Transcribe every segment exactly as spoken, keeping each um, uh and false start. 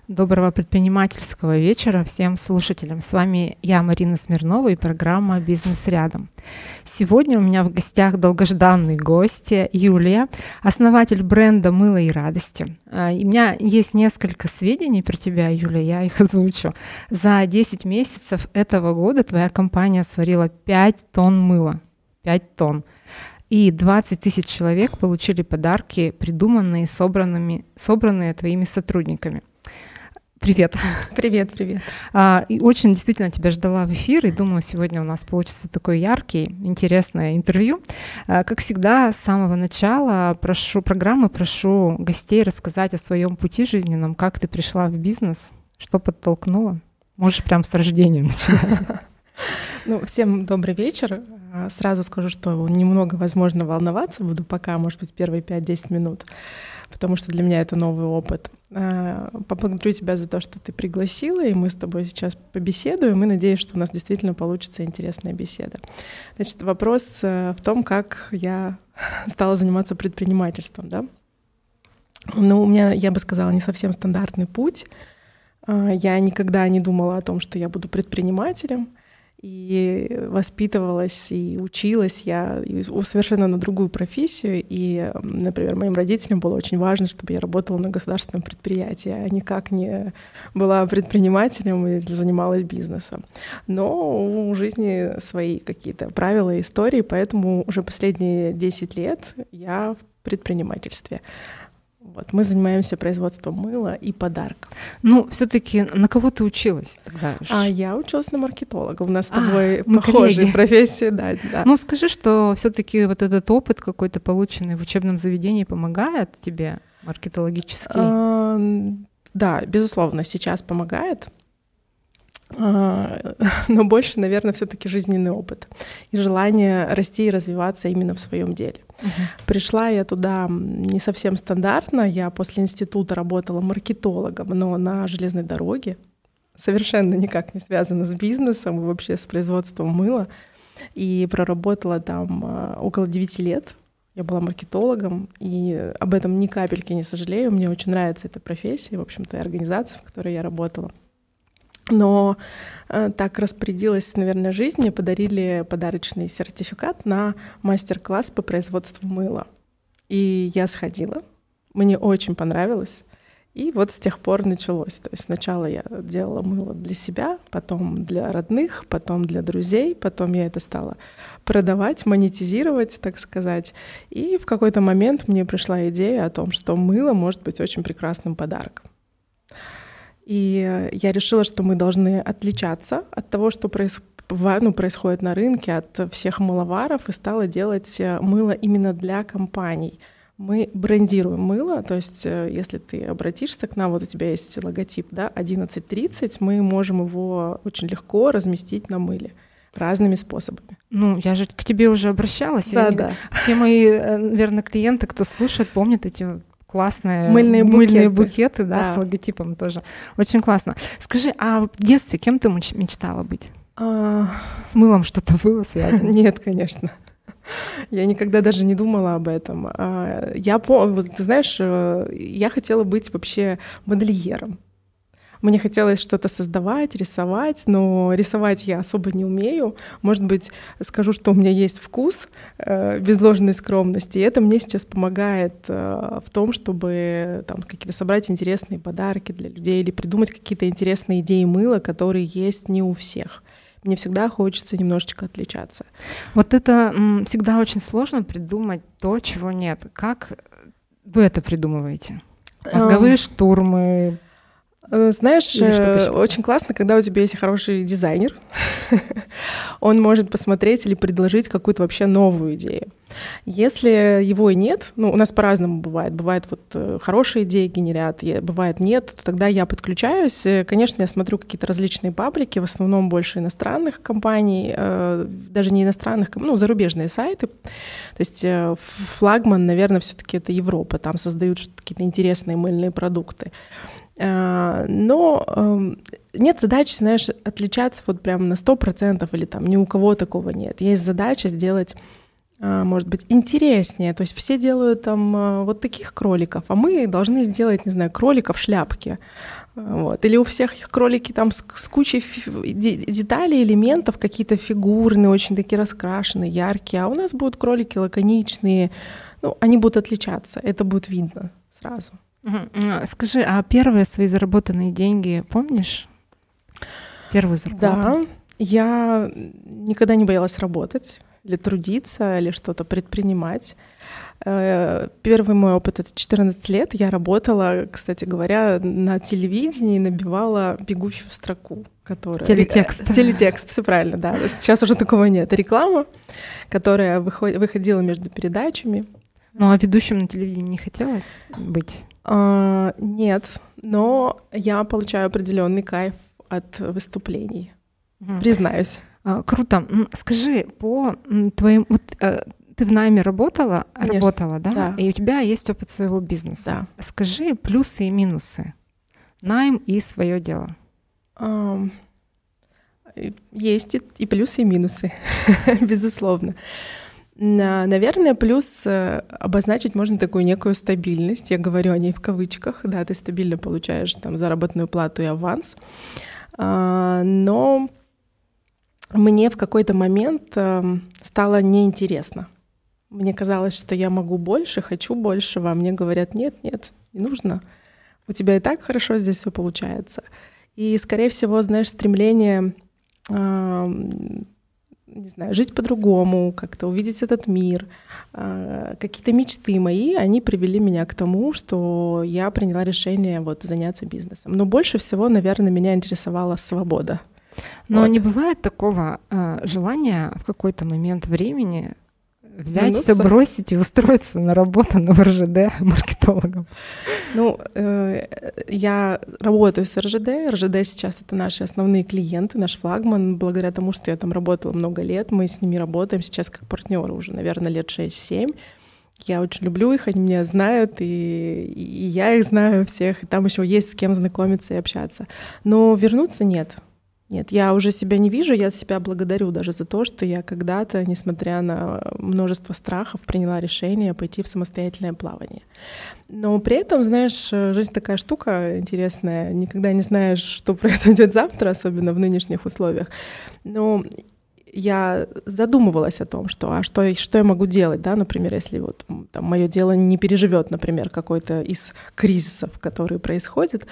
Доброго предпринимательского вечера всем слушателям. С вами я, Марина Смирнова, и программа «Бизнес рядом». Сегодня у меня в гостях долгожданный гость Юлия, основатель бренда «Мыло и радости». И у меня есть несколько сведений про тебя, Юлия, я их озвучу. За десять месяцев этого года твоя компания сварила пять тонн мыла. пять тонн. И двадцать тысяч человек получили подарки, придуманные, собранными, собранные твоими сотрудниками. Привет. Привет, привет. А, и очень действительно тебя ждала в эфир, и думаю, сегодня у нас получится такой яркий, интересное интервью. А, как всегда, с самого начала прошу программы, прошу гостей рассказать о своем пути жизненном, как ты пришла в бизнес, что подтолкнуло. Можешь прям с рождения начинать. Ну, всем добрый вечер. Сразу скажу, что немного, возможно, волноваться буду пока, может быть, первые пять-десять минут, потому что для меня это новый опыт. Поблагодарю тебя за то, что ты пригласила, и мы с тобой сейчас побеседуем, и надеюсь, что у нас действительно получится интересная беседа. Значит, вопрос в том, как я стала заниматься предпринимательством, да? Ну, у меня, я бы сказала, не совсем стандартный путь. Я никогда не думала о том, что я буду предпринимателем, и воспитывалась, и училась я совершенно на другую профессию. И, например, моим родителям было очень важно, чтобы я работала на государственном предприятии, а никак не была предпринимателем и занималась бизнесом. Но у жизни свои какие-то правила и истории, поэтому уже последние десять лет я в предпринимательстве. Вот, мы занимаемся производством мыла и подарков. Ну, все-таки на кого ты училась тогда? А я училась на маркетолога. У нас с тобой а, похожие профессии, да, да. Ну, скажи, что все-таки вот этот опыт какой-то, полученный в учебном заведении, помогает тебе маркетологически? А, да, безусловно, сейчас помогает. Но больше, наверное, все-таки жизненный опыт и желание расти и развиваться именно в своем деле. Uh-huh. Пришла я туда не совсем стандартно. Я после института работала маркетологом, но на железной дороге, совершенно никак не связано с бизнесом и вообще с производством мыла. И проработала там около девяти лет. Я была маркетологом, и об этом ни капельки не сожалею. Мне очень нравится эта профессия, в общем-то, и организация, в которой я работала. Но э, так распорядилась, наверное, жизнь. Мне подарили подарочный сертификат на мастер-класс по производству мыла. И я сходила. Мне очень понравилось. И вот с тех пор началось. То есть сначала я делала мыло для себя, потом для родных, потом для друзей, потом я это стала продавать, монетизировать, так сказать. И в какой-то момент мне пришла идея о том, что мыло может быть очень прекрасным подарком. И я решила, что мы должны отличаться от того, что происходит, ну, происходит на рынке, от всех мыловаров, и стала делать мыло именно для компаний. Мы брендируем мыло, то есть если ты обратишься к нам, вот у тебя есть логотип, да, одиннадцать тридцать, мы можем его очень легко разместить на мыле разными способами. Ну, я же к тебе уже обращалась. Да, и да. Все мои, наверное, клиенты, кто слушает, помнят эти классные мыльные, мыльные букеты, букеты, да, да, с логотипом тоже. Очень классно. Скажи, а в детстве кем ты мечтала быть? А... С мылом что-то было связано? Нет, конечно. Я никогда даже не думала об этом. Я помню, ты знаешь, я хотела быть вообще модельером. Мне хотелось что-то создавать, рисовать, но рисовать я особо не умею. Может быть, скажу, что у меня есть вкус, э, без ложной скромности, и это мне сейчас помогает э, в том, чтобы там, какие-то собрать интересные подарки для людей или придумать какие-то интересные идеи мыла, которые есть не у всех. Мне всегда хочется немножечко отличаться. Вот это м, всегда очень сложно придумать то, чего нет. Как вы это придумываете? Мозговые um... штурмы? Знаешь, очень классно, когда у тебя есть хороший дизайнер, он может посмотреть или предложить какую-то вообще новую идею. Если его и нет, ну, у нас по-разному бывает. Бывает, вот хорошие идеи генерят, бывает нет, то тогда я подключаюсь. Конечно, я смотрю какие-то различные паблики, в основном больше иностранных компаний, даже не иностранных, ну, зарубежные сайты. То есть флагман, наверное, все-таки это Европа, там создают какие-то интересные мыльные продукты. Но нет задачи, знаешь, отличаться вот прям на сто процентов или там ни у кого такого нет. Есть задача сделать может быть, интереснее. То есть все делают там вот таких кроликов, а мы должны сделать, не знаю, кролика в шляпке. Вот. Или у всех кролики там с, с кучей фи- деталей, элементов, какие-то фигурные, очень такие раскрашенные, яркие, а у нас будут кролики лаконичные. Ну, они будут отличаться, это будет видно сразу. Uh-huh. Скажи, а первые свои заработанные деньги помнишь? Первую зарплату? Да, я никогда не боялась работать или трудиться, или что-то предпринимать. Первый мой опыт — это четырнадцать лет. Я работала, кстати говоря, на телевидении, набивала бегущую строку, которая... Телетекст. Телетекст, все правильно, да. Сейчас уже такого нет. Реклама, которая выходила между передачами. Ну а ведущим на телевидении не хотелось быть? А, нет, но я получаю определенный кайф от выступлений, mm. признаюсь. А, круто. Скажи, по твоим... Вот, ты в найме работала? Конечно. Работала, да? Да. И у тебя есть опыт своего бизнеса. Да. Скажи плюсы и минусы. Найм и свое дело. Um, есть и плюсы, и минусы, безусловно. Наверное, плюс обозначить можно такую некую стабильность. Я говорю о ней в кавычках. Да, ты стабильно получаешь там заработную плату и аванс. Но мне в какой-то момент стало неинтересно. Мне казалось, что я могу больше, хочу большего, а мне говорят: нет, нет, не нужно. У тебя и так хорошо здесь все получается. И, скорее всего, знаешь, стремление не знаю, жить по-другому, как-то увидеть этот мир, какие-то мечты мои, они привели меня к тому, что я приняла решение вот заняться бизнесом. Но больше всего, наверное, меня интересовала свобода. Но вот. Не бывает такого э, желания в какой-то момент времени взять, все бросить и устроиться на работу на РЖД маркетологом? Ну, э, я работаю с РЖД. РЖД сейчас — это наши основные клиенты, наш флагман. Благодаря тому, что я там работала много лет, мы с ними работаем сейчас как партнеры уже, наверное, лет шесть-семь. Я очень люблю их, они меня знают, и, и я их знаю всех. И там еще есть с кем знакомиться и общаться. Но вернуться нет. Нет, я уже себя не вижу, я себя благодарю даже за то, что я когда-то, несмотря на множество страхов, приняла решение пойти в самостоятельное плавание. Но при этом, знаешь, жизнь такая штука интересная, никогда не знаешь, что произойдет завтра, особенно в нынешних условиях. Но я задумывалась о том, что, а что, что я могу делать, да, например, если вот там мое дело не переживет, например, какой-то из кризисов, которые происходят,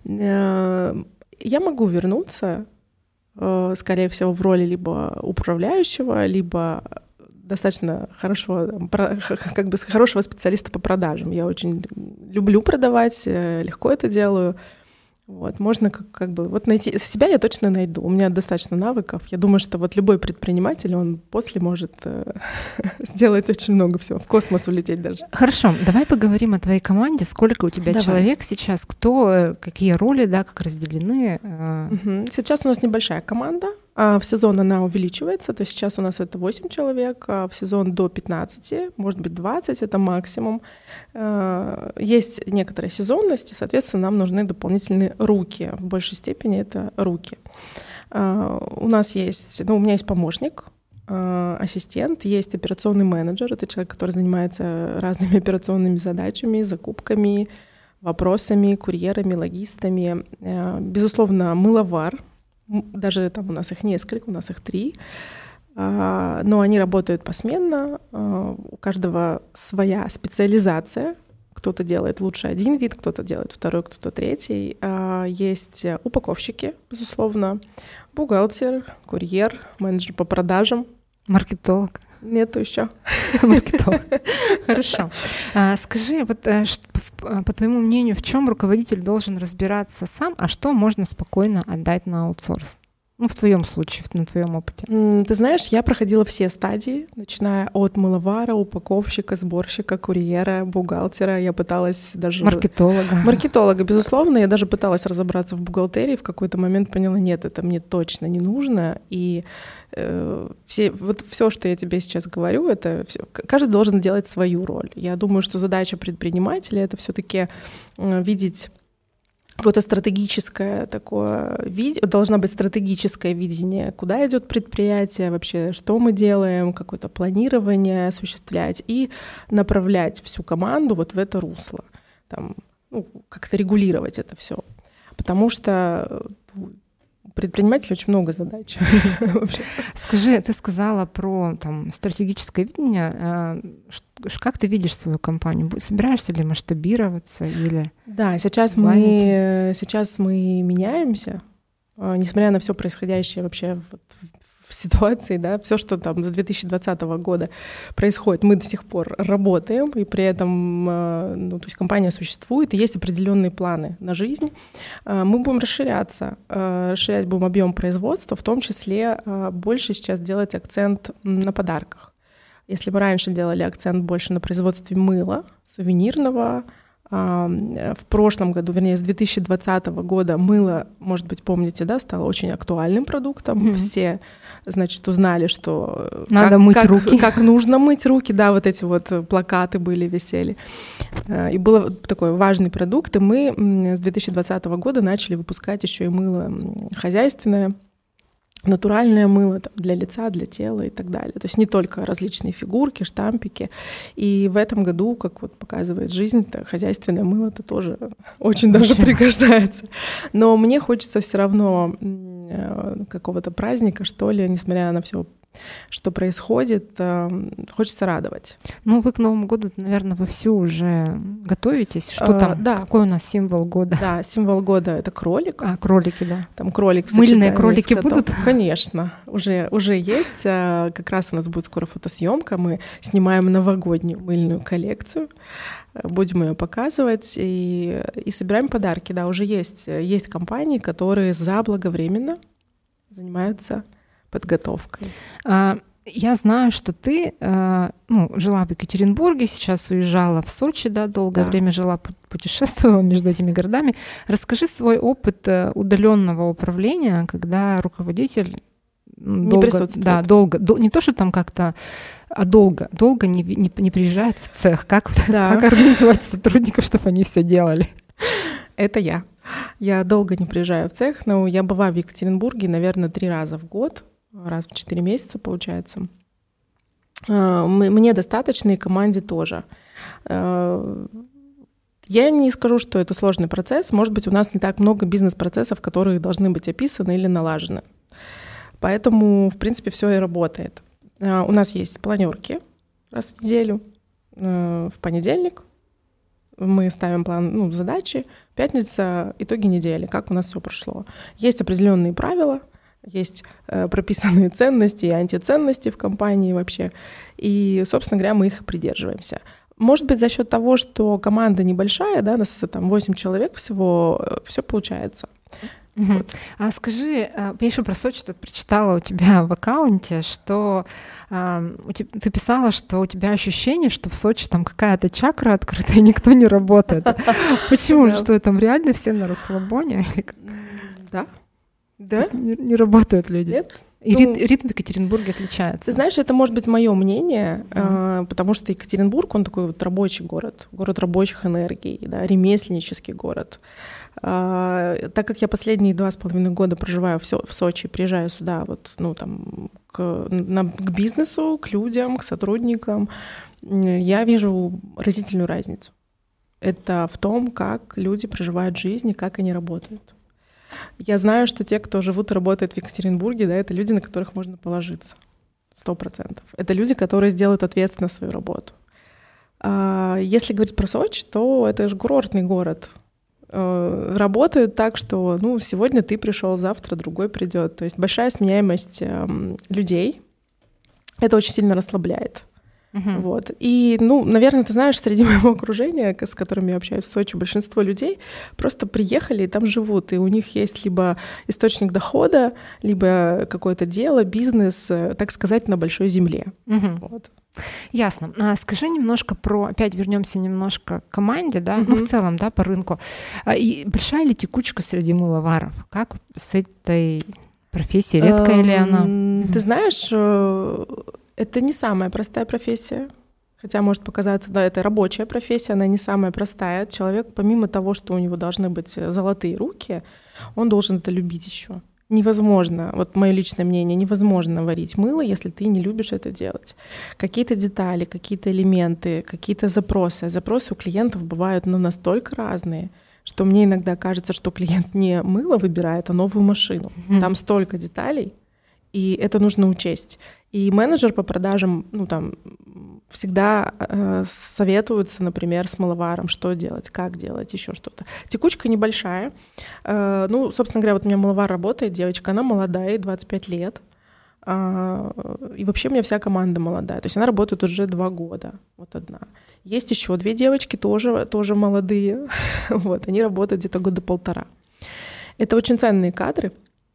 я могу вернуться, скорее всего, в роли либо управляющего, либо достаточно хорошо, как бы хорошего специалиста по продажам. Я очень люблю продавать, легко это делаю. Вот, можно как, как бы вот найти себя, я точно найду. У меня достаточно навыков. Я думаю, что вот любой предприниматель, он после может э, сделать очень много всего, в космос улететь даже. Хорошо, давай поговорим о твоей команде. Сколько у тебя давай. Человек сейчас? Кто, какие роли, да, как разделены? Угу. Сейчас у нас небольшая команда. В сезон она увеличивается, то есть сейчас у нас это восемь человек, а в сезон до пятнадцати, может быть двадцать, это максимум. Есть некоторая сезонность, и, соответственно, нам нужны дополнительные руки. В большей степени это руки. У нас есть, ну, у меня есть помощник, ассистент, есть операционный менеджер, это человек, который занимается разными операционными задачами, закупками, вопросами, курьерами, логистами. Безусловно, мыловар. Даже там у нас их несколько, у нас их три, но они работают посменно, у каждого своя специализация, кто-то делает лучше один вид, кто-то делает второй, кто-то третий. Есть упаковщики, безусловно, бухгалтер, курьер, менеджер по продажам. Маркетолог. Нету еще. Маркетолог. Хорошо. А, скажи, вот по твоему мнению, в чем руководитель должен разбираться сам, а что можно спокойно отдать на аутсорс? Ну, в твоем случае, на твоем опыте. Ты знаешь, я проходила все стадии, начиная от мыловара, упаковщика, сборщика, курьера, бухгалтера. Я пыталась даже... Маркетолога. Маркетолога, безусловно. Я даже пыталась разобраться в бухгалтерии. В какой-то момент поняла, нет, это мне точно не нужно. И э, все, вот все, что я тебе сейчас говорю, это все, каждый должен делать свою роль. Я думаю, что задача предпринимателя — это все-таки э, видеть какое-то стратегическое такое видение, должна быть стратегическое видение, куда идет предприятие, вообще, что мы делаем, какое-то планирование осуществлять и направлять всю команду вот в это русло, там, ну, как-то регулировать это все, потому что у предпринимателя очень много задач. Скажи, ты сказала про там, стратегическое видение. Как ты видишь свою компанию? Собираешься ли масштабироваться? Или да, сейчас мы, сейчас мы меняемся, несмотря на все происходящее вообще в, в ситуации, да, все, что там с две тысячи двадцатого года происходит, мы до сих пор работаем, и при этом, ну, то есть компания существует, и есть определенные планы на жизнь. Мы будем расширяться, расширять будем объем производства, в том числе больше сейчас делать акцент на подарках. Если мы раньше делали акцент больше на производстве мыла, сувенирного, в прошлом году, вернее, с две тысячи двадцатого года мыло, может быть, помните, да, стало очень актуальным продуктом. Mm-hmm. Все, значит, узнали, что надо как, мыть как, руки. Как нужно мыть руки, да, вот эти вот плакаты были, висели. И был такой важный продукт, и мы с две тысячи двадцатого года начали выпускать еще и мыло хозяйственное, натуральное мыло там, для лица, для тела и так далее. То есть не только различные фигурки, штампики. И в этом году, как вот показывает жизнь, хозяйственное мыло-то тоже очень даже пригождается. Но мне хочется все равно какого-то праздника, что ли, несмотря на все, что происходит, хочется радовать. Ну, вы к Новому году, наверное, вовсю уже готовитесь. Что там? А, да. Какой у нас символ года? Да, символ года — это кролик. А, кролики, да. Там кролик. Мыльные кролики будут? Конечно, уже, уже есть. Как раз у нас будет скоро фотосъемка. Мы снимаем новогоднюю мыльную коллекцию. Будем ее показывать и, и собираем подарки. Да, уже есть, есть компании, которые заблаговременно занимаются подготовкой. А, я знаю, что ты а, ну, жила в Екатеринбурге, сейчас уезжала в Сочи, да, долгое да. время жила, путешествовала между этими городами. Расскажи свой опыт удаленного управления, когда руководитель не долго, присутствует. Да, долго, дол, не то, что там как-то, а долго, долго не, не, не приезжает в цех. Как, да. как организовать сотрудников, чтобы они все делали? Это я. Я долго не приезжаю в цех, но я бываю в Екатеринбурге, наверное, три раза в год. Раз в четыре месяца, получается. Мне достаточно, и команде тоже. Я не скажу, что это сложный процесс. Может быть, у нас не так много бизнес-процессов, которые должны быть описаны или налажены. Поэтому, в принципе, все и работает. У нас есть планерки раз в неделю. В понедельник мы ставим план, ну, задачи. Пятница — итоги недели, как у нас все прошло. Есть определенные правила, есть э, прописанные ценности и антиценности в компании вообще. И, собственно говоря, мы их придерживаемся. Может быть, за счет того, что команда небольшая, да, у нас там восемь человек всего, все получается. Угу. Вот. А скажи, я еще про Сочи тут прочитала у тебя в аккаунте, что э, ты писала, что у тебя ощущение, что в Сочи там какая-то чакра открыта, и никто не работает. Почему? Что там реально все на расслабоне? Да. Да? Не, не работают люди. Нет. И ну, ритм в Екатеринбурге отличается. Ты знаешь, это может быть мое мнение, mm. э, потому что Екатеринбург, он такой вот рабочий город, город рабочих энергий, да, ремесленнический город. Э, так как я последние два с половиной года проживаю в, в Сочи, приезжаю сюда вот, ну, там, к, на, к бизнесу, к людям, к сотрудникам, я вижу разительную разницу. Это в том, как люди проживают жизнь и как они работают. Я знаю, что те, кто живут и работают в Екатеринбурге, да, это люди, на которых можно положиться. Сто процентов. Это люди, которые сделают ответственно свою работу. Если говорить про Сочи, то это же курортный город. Работают так, что ну, сегодня ты пришел, завтра другой придет. То есть большая сменяемость людей. Это очень сильно расслабляет. Uh-huh. Вот. И, ну, наверное, ты знаешь, среди моего окружения, с которыми я общаюсь в Сочи, большинство людей просто приехали и там живут, и у них есть либо источник дохода, либо какое-то дело, бизнес, так сказать, на большой земле. Uh-huh. Вот. Ясно. А скажи немножко про, опять вернемся немножко к команде, да, uh-huh. ну, в целом, да, по рынку. И большая ли текучка среди мыловаров? Как с этой профессией? Редкая uh-huh. ли она? Ты знаешь, это не самая простая профессия, Хотя может показаться, да, это рабочая профессия, она не самая простая. Человек, помимо того, что у него должны быть золотые руки, он должен это любить еще. Невозможно, вот мое личное мнение, невозможно варить мыло, если ты не любишь это делать. Какие-то детали, какие-то элементы, какие-то запросы. Запросы у клиентов бывают ну, настолько разные, что мне иногда кажется, что клиент не мыло выбирает, а новую машину. Mm-hmm. Там столько деталей, и это нужно учесть. И менеджер по продажам, ну там, всегда э, советуются, например, с мыловаром, что делать, как делать, еще что-то. Текучка небольшая. Э, ну, собственно говоря, вот у меня мыловар работает, девочка, она молодая, ей двадцать пять лет. Э, и вообще у меня вся команда молодая. То есть она работает уже два года, вот одна. Есть еще две девочки, тоже, тоже молодые. Вот, они работают где-то года полтора. Это очень ценные кадры,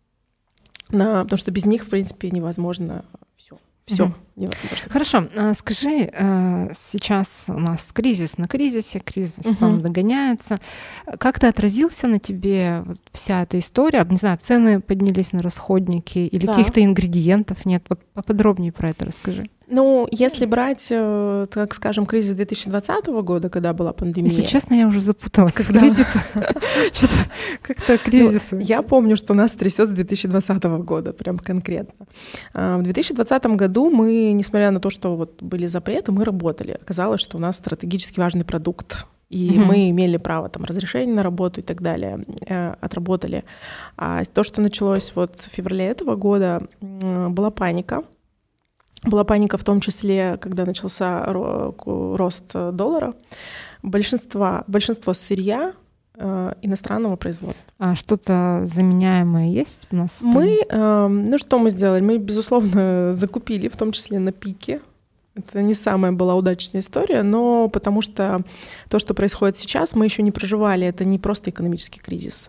на, потому что без них, в принципе, невозможно все. Все угу. невозможно. Хорошо. Скажи, сейчас у нас кризис на кризисе, кризис угу. сам догоняется. Как-то отразился на тебе вся эта история? Не знаю, цены поднялись на расходники или да. каких-то ингредиентов нет? Вот поподробнее про это расскажи. Ну, если брать, так скажем, кризис две тысячи двадцатого года, когда была пандемия. Если честно, я уже запуталась. Когда кризис, как-то кризисы. Я помню, что нас трясет с две тысячи двадцатого года, прям конкретно. В две тысячи двадцатом году мы, несмотря на то, что вот были запреты, мы работали. Оказалось, что у нас стратегически важный продукт. И mm-hmm. мы имели право там разрешение на работу и так далее, э, отработали. А то, что началось вот в феврале этого года, э, была паника. Была паника в том числе, когда начался рост доллара. Большинство, большинство сырья э, иностранного производства. А что-то заменяемое есть у нас? Мы, э, ну что мы сделали? Мы, безусловно, закупили, в том числе на пике. Это не самая была удачная история, но потому что то, что происходит сейчас, мы еще не проживали. Это не просто экономический кризис.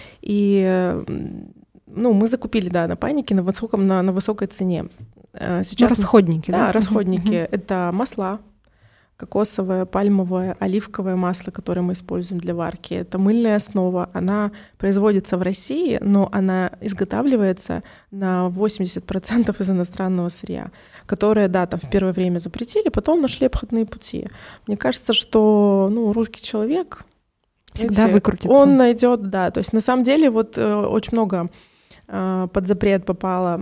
И ну, мы закупили, да, на панике, на высоком, на, на высокой цене. Сейчас ну, расходники, да? Да, расходники. Uh-huh. Это масла, кокосовое, пальмовое, оливковое масло, которое мы используем для варки. Это мыльная основа. Она производится в России, но она изготавливается на восемьдесят процентов из иностранного сырья, которое, да, там в первое время запретили, потом нашли обходные пути. Мне кажется, что ну, русский человек всегда знаете, выкрутится. Он найдет, да. То есть на самом деле вот э, очень много э, под запрет попало,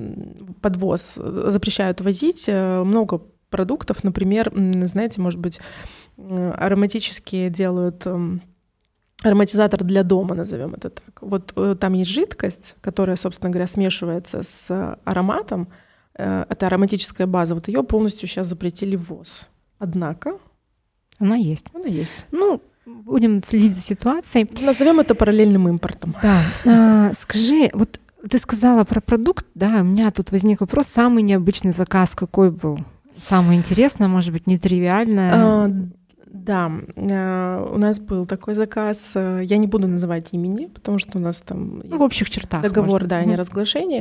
подвоз, запрещают возить э, много продуктов, например, знаете, может быть, ароматические делают ароматизатор для дома, назовем это так. Вот там есть жидкость, которая, собственно говоря, смешивается с ароматом. Это ароматическая база. Вот ее полностью сейчас запретили ввоз. Однако она есть. Она есть. Ну, будем следить за ситуацией. Назовем это параллельным импортом. Да. А, скажи, вот ты сказала про продукт, да, у меня тут возник вопрос: самый необычный заказ какой был? Самое интересное, может быть, нетривиальное. А, да, а, у нас был такой заказ. Я не буду называть имени, потому что у нас там ну, в общих чертах договор, да, о неразглашении.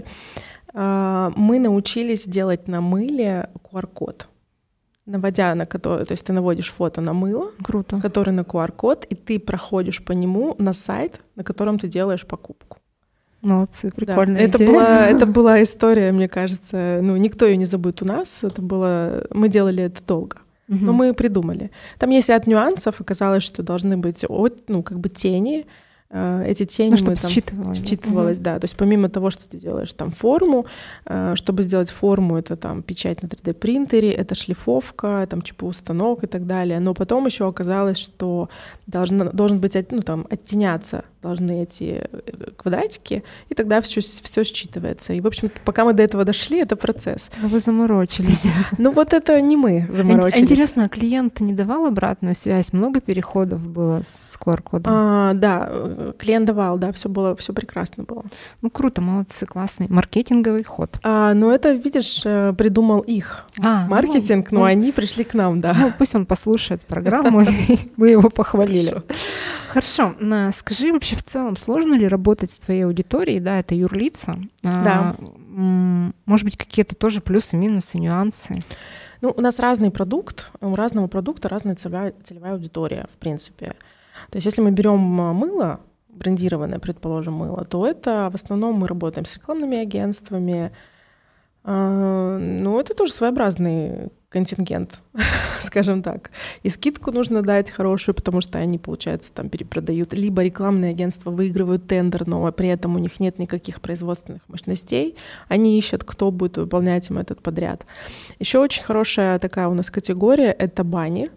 А, мы научились делать на мыле ку ар-код. Наводя на который, то есть ты наводишь фото на мыло, круто, который на ку ар-код, и ты проходишь по нему на сайт, на котором ты делаешь покупку. Молодцы, прикольно. Да. Это была, это была история, мне кажется, ну, никто ее не забудет у нас. Это было, мы делали это долго, угу. но мы придумали. Там есть ряд нюансов. Оказалось, что должны быть, ну, как бы тени. Эти тени ну, мы там считывалось, считывалось, да. да. То есть помимо того, что ты делаешь там форму, чтобы сделать форму, это там печать на три дэ принтере, это шлифовка, там ЧПУ станок и так далее. Но потом еще оказалось, что должен, должен быть, ну, там, оттеняться должны эти квадратики, и тогда все, все считывается. И, в общем, пока мы до этого дошли, это процесс. Но вы заморочились. Ну вот это не мы заморочились. Интересно, а клиент не давал обратную связь? Много переходов было с ку ар-кодом? А, да, клиент давал, да, все было, все прекрасно было. Ну круто, молодцы, классный маркетинговый ход. А, ну это, видишь, придумал их а, маркетинг, ну, но ну, они пришли к нам, да. Ну пусть он послушает программу, и мы его похвалили. Хорошо, скажи, вообще в целом сложно ли работать с твоей аудиторией, да, это юрлица? Да. Может быть, какие-то тоже плюсы, минусы, нюансы? Ну, у нас разный продукт, у разного продукта разная целевая, целевая аудитория, в принципе. То есть если мы берем мыло, брендированное, предположим, мыло, то это в основном мы работаем с рекламными агентствами. Ну, это тоже своеобразный контингент, скажем так. И скидку нужно дать хорошую, потому что они, получается, там перепродают. Либо рекламные агентства выигрывают тендер, но при этом у них нет никаких производственных мощностей. Они ищут, кто будет выполнять им этот подряд. Еще очень хорошая такая у нас категория — это бани.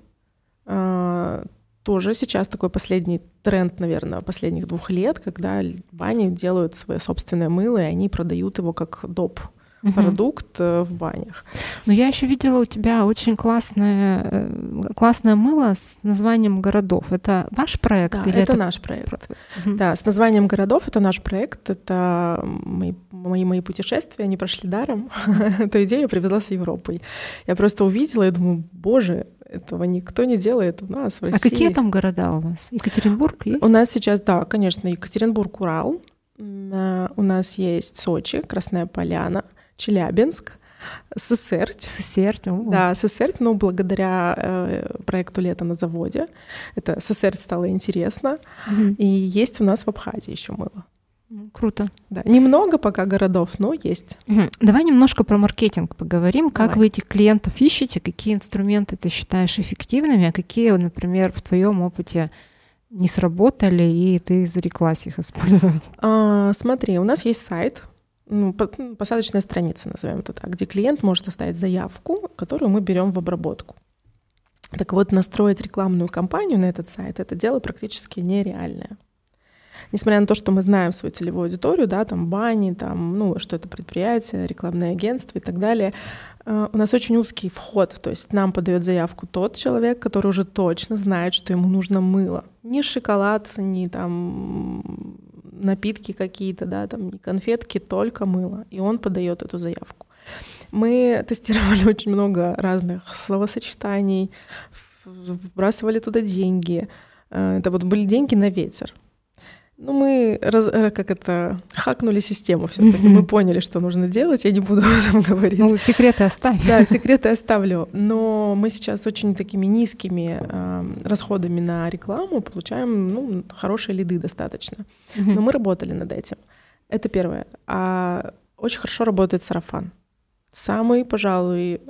Тоже сейчас такой последний тренд, наверное, последних двух лет, когда бани делают свое собственное мыло, и они продают его как доп. Uh-huh. продукт в банях. Но я еще видела у тебя очень классное, классное мыло с названием городов. Это ваш проект? Да, или это, это наш проект. Uh-huh. Да, с названием городов это наш проект. Это мои, мои, мои путешествия, они прошли даром. Uh-huh. Эту идею я привезла с Европы. Я просто увидела и думаю, боже, этого никто не делает у нас в России. А какие там города у вас? Екатеринбург есть? У нас сейчас, да, конечно, Екатеринбург, Урал. У нас есть Сочи, Красная Поляна, Челябинск, Сысерть. Сысерть, да, Сысерть, но благодаря э, проекту «Лето на заводе» это Сысерть стало интересно. Угу. И есть у нас в Абхазии еще мыло. Круто. Да. Немного пока городов, но есть. Угу. Давай немножко про маркетинг поговорим. Давай. Как вы этих клиентов ищете, какие инструменты ты считаешь эффективными, а какие, например, в твоем опыте не сработали, и ты зареклась их использовать? А, смотри, у нас есть сайт, ну, посадочная страница, назовем это так, где клиент может оставить заявку, которую мы берем в обработку. Так вот, настроить рекламную кампанию на этот сайт — это дело практически нереальное. Несмотря на то, что мы знаем свою целевую аудиторию, да, там бани, там, ну, что это предприятие, рекламное агентство и так далее, у нас очень узкий вход, то есть нам подает заявку тот человек, который уже точно знает, что ему нужно мыло. Ни шоколад, ни там напитки какие-то, да, там, ни конфетки, только мыло. И он подает эту заявку. Мы тестировали очень много разных словосочетаний, вбрасывали туда деньги. Это вот были деньги на ветер. Ну, мы раз, как это, хакнули систему все-таки. Mm-hmm. Мы поняли, что нужно делать. Я не буду об этом говорить. Ну, секреты оставь. Да, секреты оставлю. Но мы сейчас очень такими низкими э, расходами на рекламу получаем, ну, хорошие лиды достаточно. Mm-hmm. Но мы работали над этим. Это первое. А очень хорошо работает сарафан. Самый, пожалуй,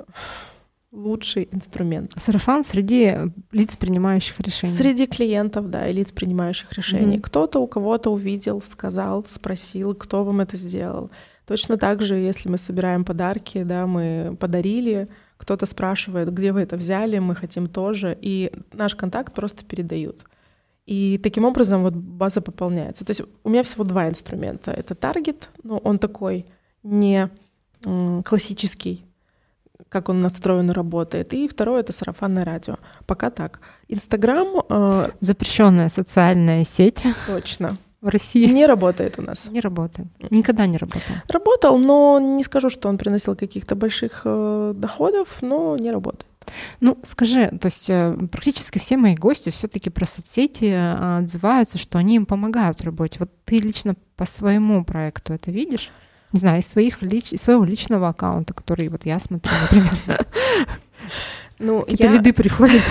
лучший инструмент. Сарафан среди лиц, принимающих решения. Среди клиентов, да, и лиц, принимающих решения. Mm-hmm. Кто-то у кого-то увидел, сказал, спросил, кто вам это сделал. Точно так же, если мы собираем подарки, да, мы подарили, кто-то спрашивает, где вы это взяли, мы хотим тоже, и наш контакт просто передают. И таким образом вот база пополняется. То есть у меня всего два инструмента. Это таргет, но он такой не м, классический, как он настроен и работает. И второе — это сарафанное радио. Пока так. Инстаграм... Э, запрещенная социальная сеть. Точно. В России. Не работает у нас. Не работает. Никогда не работал. Работал, но не скажу, что он приносил каких-то больших э, доходов, но не работает. Ну, скажи, то есть э, практически все мои гости все-таки про соцсети э, отзываются, что они им помогают в работе. Вот ты лично по своему проекту это видишь? Не знаю, из, своих, из своего личного аккаунта, который вот я смотрю, например. Ну, какие-то я... лиды приходят.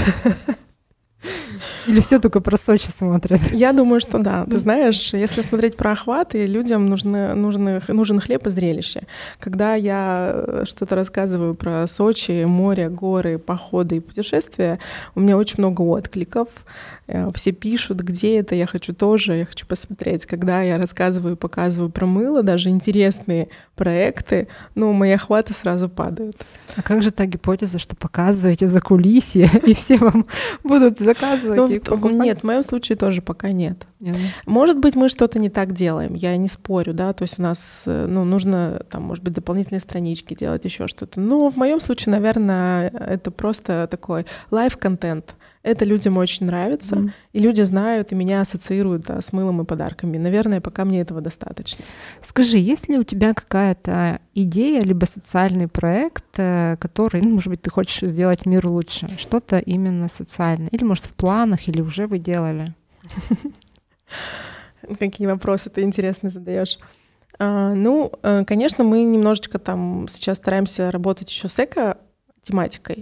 Или все только про Сочи смотрят? Я думаю, что да. Ты знаешь, если смотреть про охваты, людям нужны, нужны, нужен хлеб и зрелище. Когда я что-то рассказываю про Сочи, море, горы, походы и путешествия, у меня очень много откликов. Все пишут, где это, я хочу тоже, я хочу посмотреть. Когда я рассказываю, показываю про мыло, даже интересные проекты, ну, мои охваты сразу падают. А как же та гипотеза, что показываете закулисье, и все вам будут заказывать ну, и покупать? Нет, в моем случае тоже пока нет. Yeah. Может быть, мы что-то не так делаем, я не спорю, да, то есть у нас, ну, нужно, там, может быть, дополнительные странички делать, еще что-то. Но в моем случае, наверное, это просто такой лайв-контент. Это людям очень нравится, mm. и люди знают и меня ассоциируют, да, с мылом и подарками. Наверное, пока мне этого достаточно. Скажи, есть ли у тебя какая-то идея, либо социальный проект, который, ну, может быть, ты хочешь сделать мир лучше? Что-то именно социальное? Или, может, в планах, или уже вы делали? Какие вопросы ты интересно задаешь. Ну, конечно, мы немножечко там сейчас стараемся работать еще с эко-тематикой.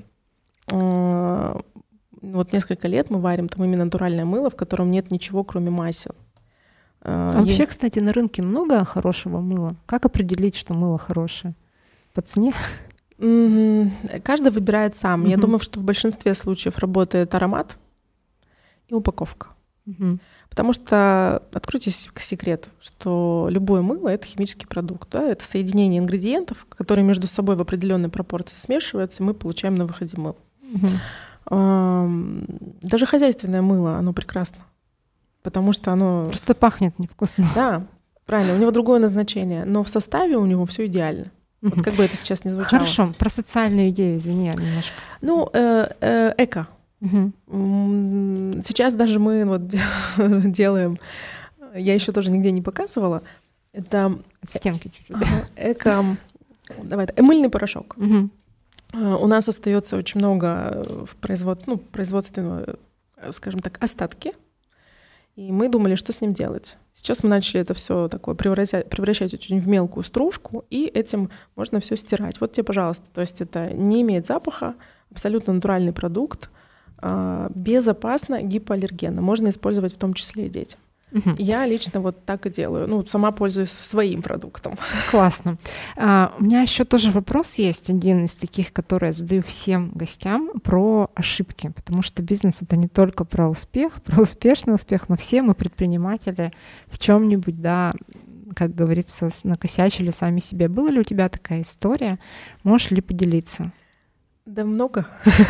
Вот несколько лет мы варим там именно натуральное мыло, в котором нет ничего, кроме масел. А Я... вообще, кстати, на рынке много хорошего мыла. Как определить, что мыло хорошее? По цене? Каждый выбирает сам. Mm-hmm. Я думаю, что в большинстве случаев работает аромат и упаковка. Mm-hmm. Потому что, откройте секрет, что любое мыло — это химический продукт. Да? Это соединение ингредиентов, которые между собой в определенной пропорции смешиваются, и мы получаем на выходе мыло. Mm-hmm. Даже хозяйственное мыло, оно прекрасно. Потому что оно... Просто пахнет невкусно. Да, правильно. У него другое назначение. Но в составе у него все идеально. Вот как бы это сейчас не звучало. Хорошо, про социальную идею, извини, немножко. Ну, э, э, эко. Угу. Сейчас даже мы вот делаем, я еще тоже нигде не показывала, это от стенки чуть-чуть. Эко, давай, мыльный порошок. Угу. У нас остается очень много в производ, ну, производственного, скажем так, остатки. И мы думали, что с ним делать. Сейчас мы начали это все такое превращать, превращать очень в мелкую стружку, и этим можно все стирать. Вот тебе, пожалуйста. То есть это не имеет запаха, абсолютно натуральный продукт, безопасно, гипоаллергенно. Можно использовать в том числе и детям. Угу. Я лично вот так и делаю. Ну, сама пользуюсь своим продуктом. Классно. А, у меня еще тоже вопрос есть, один из таких, который я задаю всем гостям, про ошибки. Потому что бизнес — это не только про успех, про успешный успех, но все мы предприниматели в чем-нибудь, да, как говорится, накосячили сами себе. Была ли у тебя такая история? Можешь ли поделиться? Да много.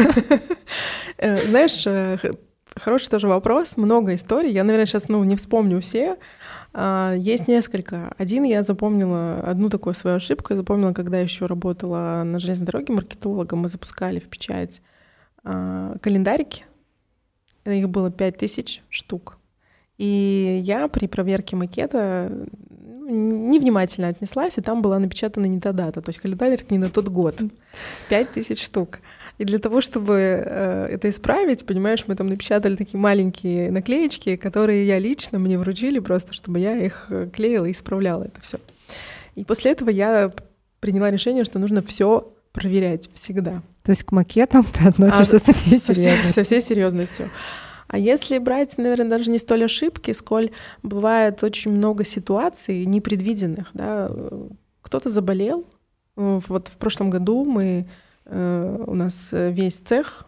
Знаешь, хороший тоже вопрос, много историй. Я, наверное, сейчас ну, не вспомню все. Есть несколько. Один я запомнила, одну такую свою ошибку я запомнила, когда еще работала на железной дороге маркетологом. Мы запускали в печать календарики. Их было пять тысяч штук. И я при проверке макета невнимательно отнеслась, и там была напечатана не та дата, то есть календарик не на тот год. Пять тысяч штук. И для того, чтобы э, это исправить, понимаешь, мы там напечатали такие маленькие наклеечки, которые я лично, мне вручили просто, чтобы я их клеила и исправляла это все. И после этого я приняла решение, что нужно все проверять всегда. То есть к макетам ты относишься а, со всей серьезностью? Со всей серьезностью. А если брать, наверное, даже не столь ошибки, сколь бывает очень много ситуаций непредвиденных, да, кто-то заболел. Вот в прошлом году мы, у нас весь цех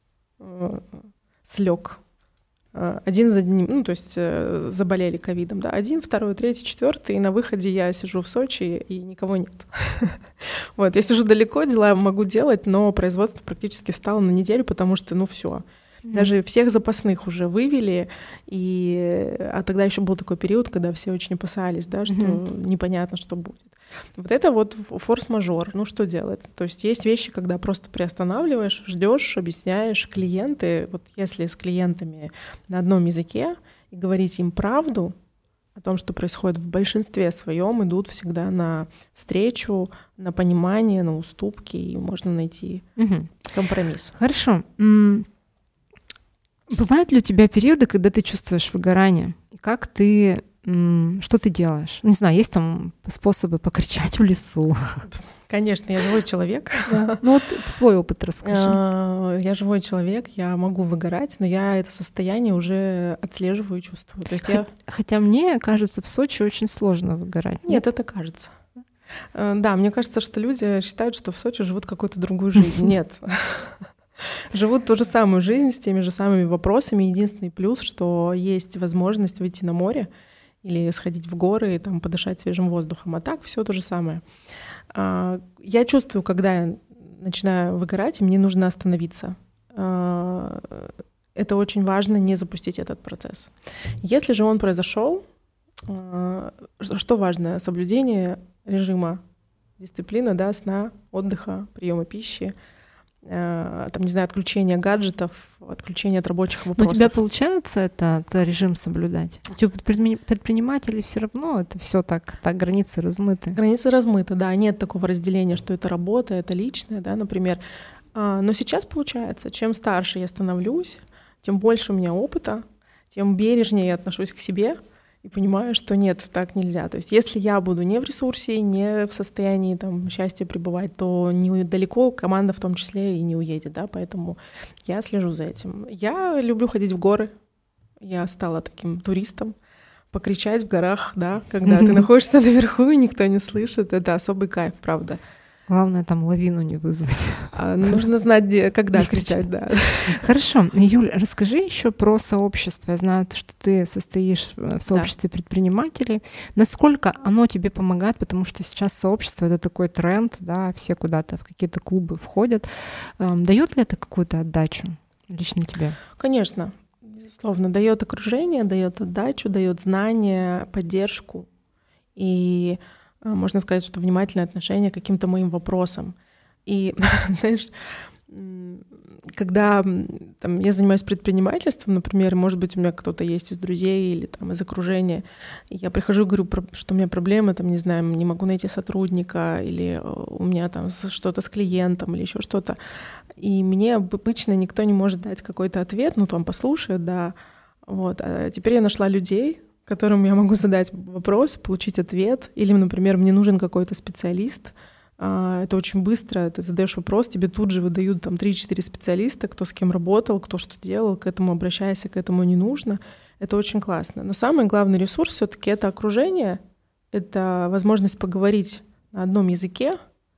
слег один за одним, ну, то есть заболели ковидом, да, один, второй, третий, четвертый, и на выходе я сижу в Сочи, и никого нет. Вот, я сижу далеко, дела могу делать, но производство практически встало на неделю, потому что, ну, все. Даже всех запасных уже вывели, и... а тогда еще был такой период, когда все очень опасались, да, что mm-hmm. непонятно, что будет. Вот это вот форс-мажор. Ну что делать? То есть есть вещи, когда просто приостанавливаешь, ждешь, объясняешь. Клиенты, вот если с клиентами на одном языке и говорить им правду о том, что происходит в большинстве своем, идут всегда на встречу, на понимание, на уступки, и можно найти mm-hmm. компромисс. Хорошо. Mm. Бывают ли у тебя периоды, когда ты чувствуешь выгорание? И как ты, что ты делаешь? Не знаю, есть там способы покричать в лесу? Конечно, я живой человек. Да. Ну вот свой опыт расскажи. Я живой человек, я могу выгорать, но я это состояние уже отслеживаю и чувствую. То есть Х- я... Хотя мне кажется, в Сочи очень сложно выгорать. Нет, Нет, это кажется. Да, мне кажется, что люди считают, что в Сочи живут какую-то другую жизнь. Нет. Живут ту же самую жизнь с теми же самыми вопросами. Единственный плюс, что есть возможность выйти на море или сходить в горы и там подышать свежим воздухом. А так все то же самое. Я чувствую, когда я начинаю выгорать, и мне нужно остановиться. Это очень важно, не запустить этот процесс. Если же он произошел, что важно? Соблюдение режима, дисциплина, да, сна, отдыха, приема пищи, там, не знаю, отключение гаджетов, отключение от рабочих вопросов. Но у тебя получается это, это режим соблюдать? У предпринимателей все равно это все так, так границы размыты. Границы размыты, да, нет такого разделения, что это работа, это личное, да, например. Но сейчас получается, чем старше я становлюсь, тем больше у меня опыта, тем бережнее я отношусь к себе и понимаю, что нет, так нельзя. То есть если я буду не в ресурсе, не в состоянии там, счастья пребывать, то недалеко команда в том числе и не уедет. Да? Поэтому я слежу за этим. Я люблю ходить в горы. Я стала таким туристом. Покричать в горах, да, когда ты находишься наверху и никто не слышит. Это особый кайф, правда. Главное там лавину не вызвать. А, нужно знать, где, когда кричать, да. Хорошо. Юль, расскажи еще про сообщество. Я знаю, что ты состоишь в сообществе да. предпринимателей. Насколько оно тебе помогает? Потому что сейчас сообщество — это такой тренд, да, все куда-то в какие-то клубы входят. Дает ли это какую-то отдачу лично тебе? Конечно. Безусловно. Дает окружение, дает отдачу, дает знания, поддержку. И можно сказать, что внимательное отношение к каким-то моим вопросам. И, знаешь, когда там, я занимаюсь предпринимательством, например, может быть, у меня кто-то есть из друзей или там, из окружения, и я прихожу и говорю, что у меня проблемы, там, не знаю, не могу найти сотрудника, или у меня там что-то с клиентом, или еще что-то. И мне обычно никто не может дать какой-то ответ, ну, там, послушает, да. Вот. А теперь я нашла людей, которым я могу задать вопрос, получить ответ. Или, например, мне нужен какой-то специалист. Это очень быстро. Ты задаешь вопрос, тебе тут же выдают там три-четыре специалиста, кто с кем работал, кто что делал, к этому обращайся, к этому не нужно. Это очень классно. Но самый главный ресурс все-таки это окружение, это возможность поговорить на одном языке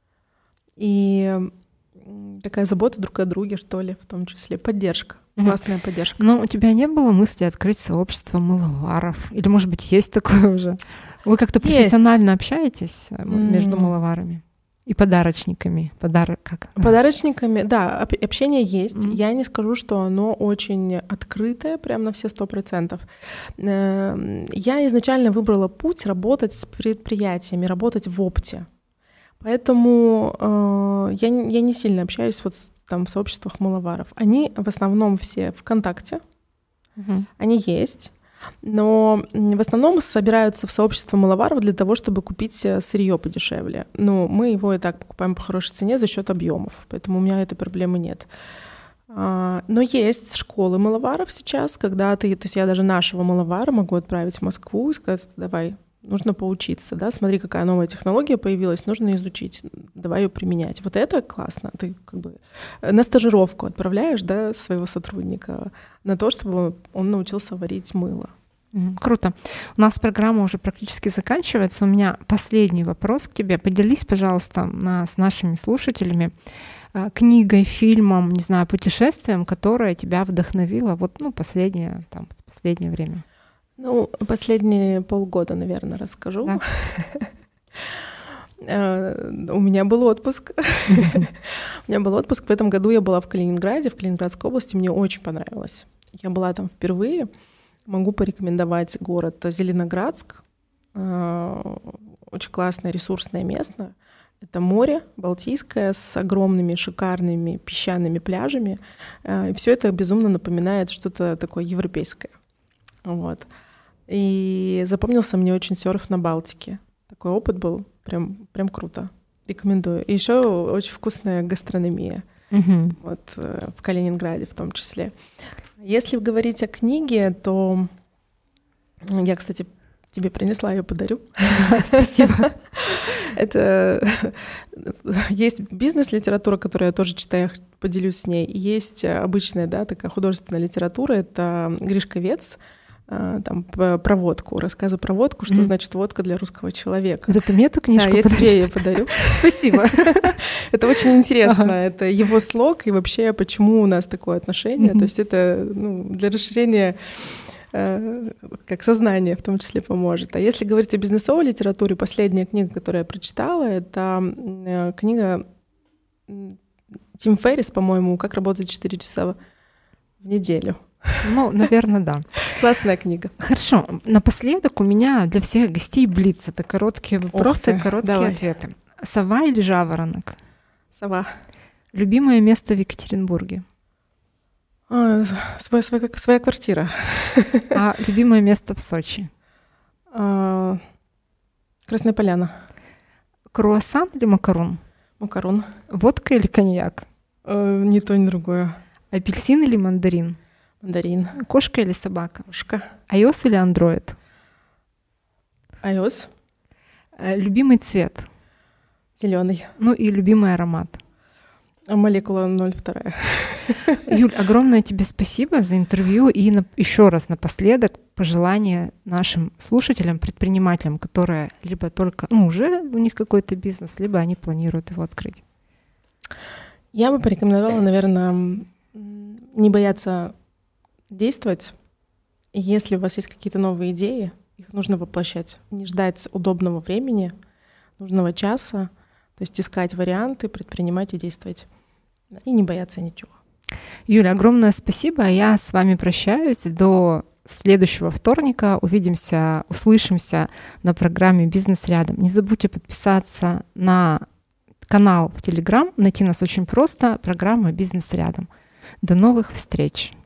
и такая забота друг о друге, что ли, в том числе поддержка. Классная поддержка. Но у тебя не было мысли открыть сообщество мыловаров? Или, может быть, есть такое уже? Вы как-то профессионально есть. Общаетесь между мыловарами и подарочниками? Подарок как? Подарочниками, да, общение есть. Mm. Я не скажу, что оно очень открытое, прям на все сто процентов. Я изначально выбрала путь работать с предприятиями, работать в опте. Поэтому э, я, не, я не сильно общаюсь вот там в сообществах мыловаров. Они в основном все ВКонтакте, угу. Они есть, но в основном собираются в сообщество мыловаров для того, чтобы купить сырье подешевле. Но мы его и так покупаем по хорошей цене за счет объемов, поэтому у меня этой проблемы нет. А, но есть школы мыловаров сейчас, когда ты, то есть я даже нашего мыловара могу отправить в Москву и сказать, давай, нужно поучиться, да, смотри, какая новая технология появилась, нужно изучить, давай ее применять. Вот это классно. Ты как бы на стажировку отправляешь, да, своего сотрудника на то, чтобы он научился варить мыло. Круто. У нас программа уже практически заканчивается. У меня последний вопрос к тебе. Поделись, пожалуйста, на, с нашими слушателями книгой, фильмом, не знаю, путешествием, которое тебя вдохновило вот, ну, последнее, там, последнее время. Ну, последние полгода, наверное, расскажу. Да. У меня был отпуск. У меня был отпуск. В этом году я была в Калининграде, в Калининградской области. Мне очень понравилось. Я была там впервые. Могу порекомендовать город Зеленоградск. Очень классное, ресурсное место. Это море Балтийское с огромными шикарными песчаными пляжами. И все это безумно напоминает что-то такое европейское. Вот. И запомнился мне очень серф на Балтике. Такой опыт был прям, прям круто. Рекомендую. И еще очень вкусная гастрономия. Угу. Вот, в Калининграде в том числе. Если говорить о книге, то я, кстати, тебе принесла, ее подарю. Спасибо. Это есть бизнес-литература, которую я тоже читаю, поделюсь с ней. Есть обычная, да, такая художественная литература. Это Гришка Вец. Там про водку, рассказы про водку, что mm-hmm. значит водка для русского человека. Это ты мне эту книжку Да, я подаришь? тебе ее подарю. Спасибо. Это очень интересно. Это его слог и вообще почему у нас такое отношение. То есть это для расширения как сознание в том числе поможет. А если говорить о бизнесовой литературе, последняя книга, которую я прочитала, это книга Тим Феррис, по-моему, «Как работать четыре часа в неделю». Ну, наверное, да. Классная книга. Хорошо. Напоследок у меня для всех гостей блиц. Это короткие вопросы, короткие давай. Ответы. Сова или жаворонок? Сова. Любимое место в Екатеринбурге? А, своя, своя, своя квартира. А любимое место в Сочи? А, Красная Поляна. Круассан или макарон? Макарон. Водка или коньяк? А, ни то, ни другое. Апельсин или мандарин? Мандарин. Кошка или собака? Кошка. iOS или Android? iOS. Любимый цвет? Зеленый. Ну и любимый аромат? Молекула ноль два. Юль, огромное тебе спасибо за интервью. И на, еще раз напоследок пожелание нашим слушателям, предпринимателям, которые либо только, ну, уже у них какой-то бизнес, либо они планируют его открыть. Я бы порекомендовала, наверное, не бояться действовать. Если у вас есть какие-то новые идеи, их нужно воплощать. Не ждать удобного времени, нужного часа. То есть искать варианты, предпринимать и действовать. И не бояться ничего. Юля, огромное спасибо. Я с вами прощаюсь до следующего вторника. Увидимся, услышимся на программе «Бизнес рядом». Не забудьте подписаться на канал в Телеграм. Найти нас очень просто. Программа «Бизнес рядом». До новых встреч!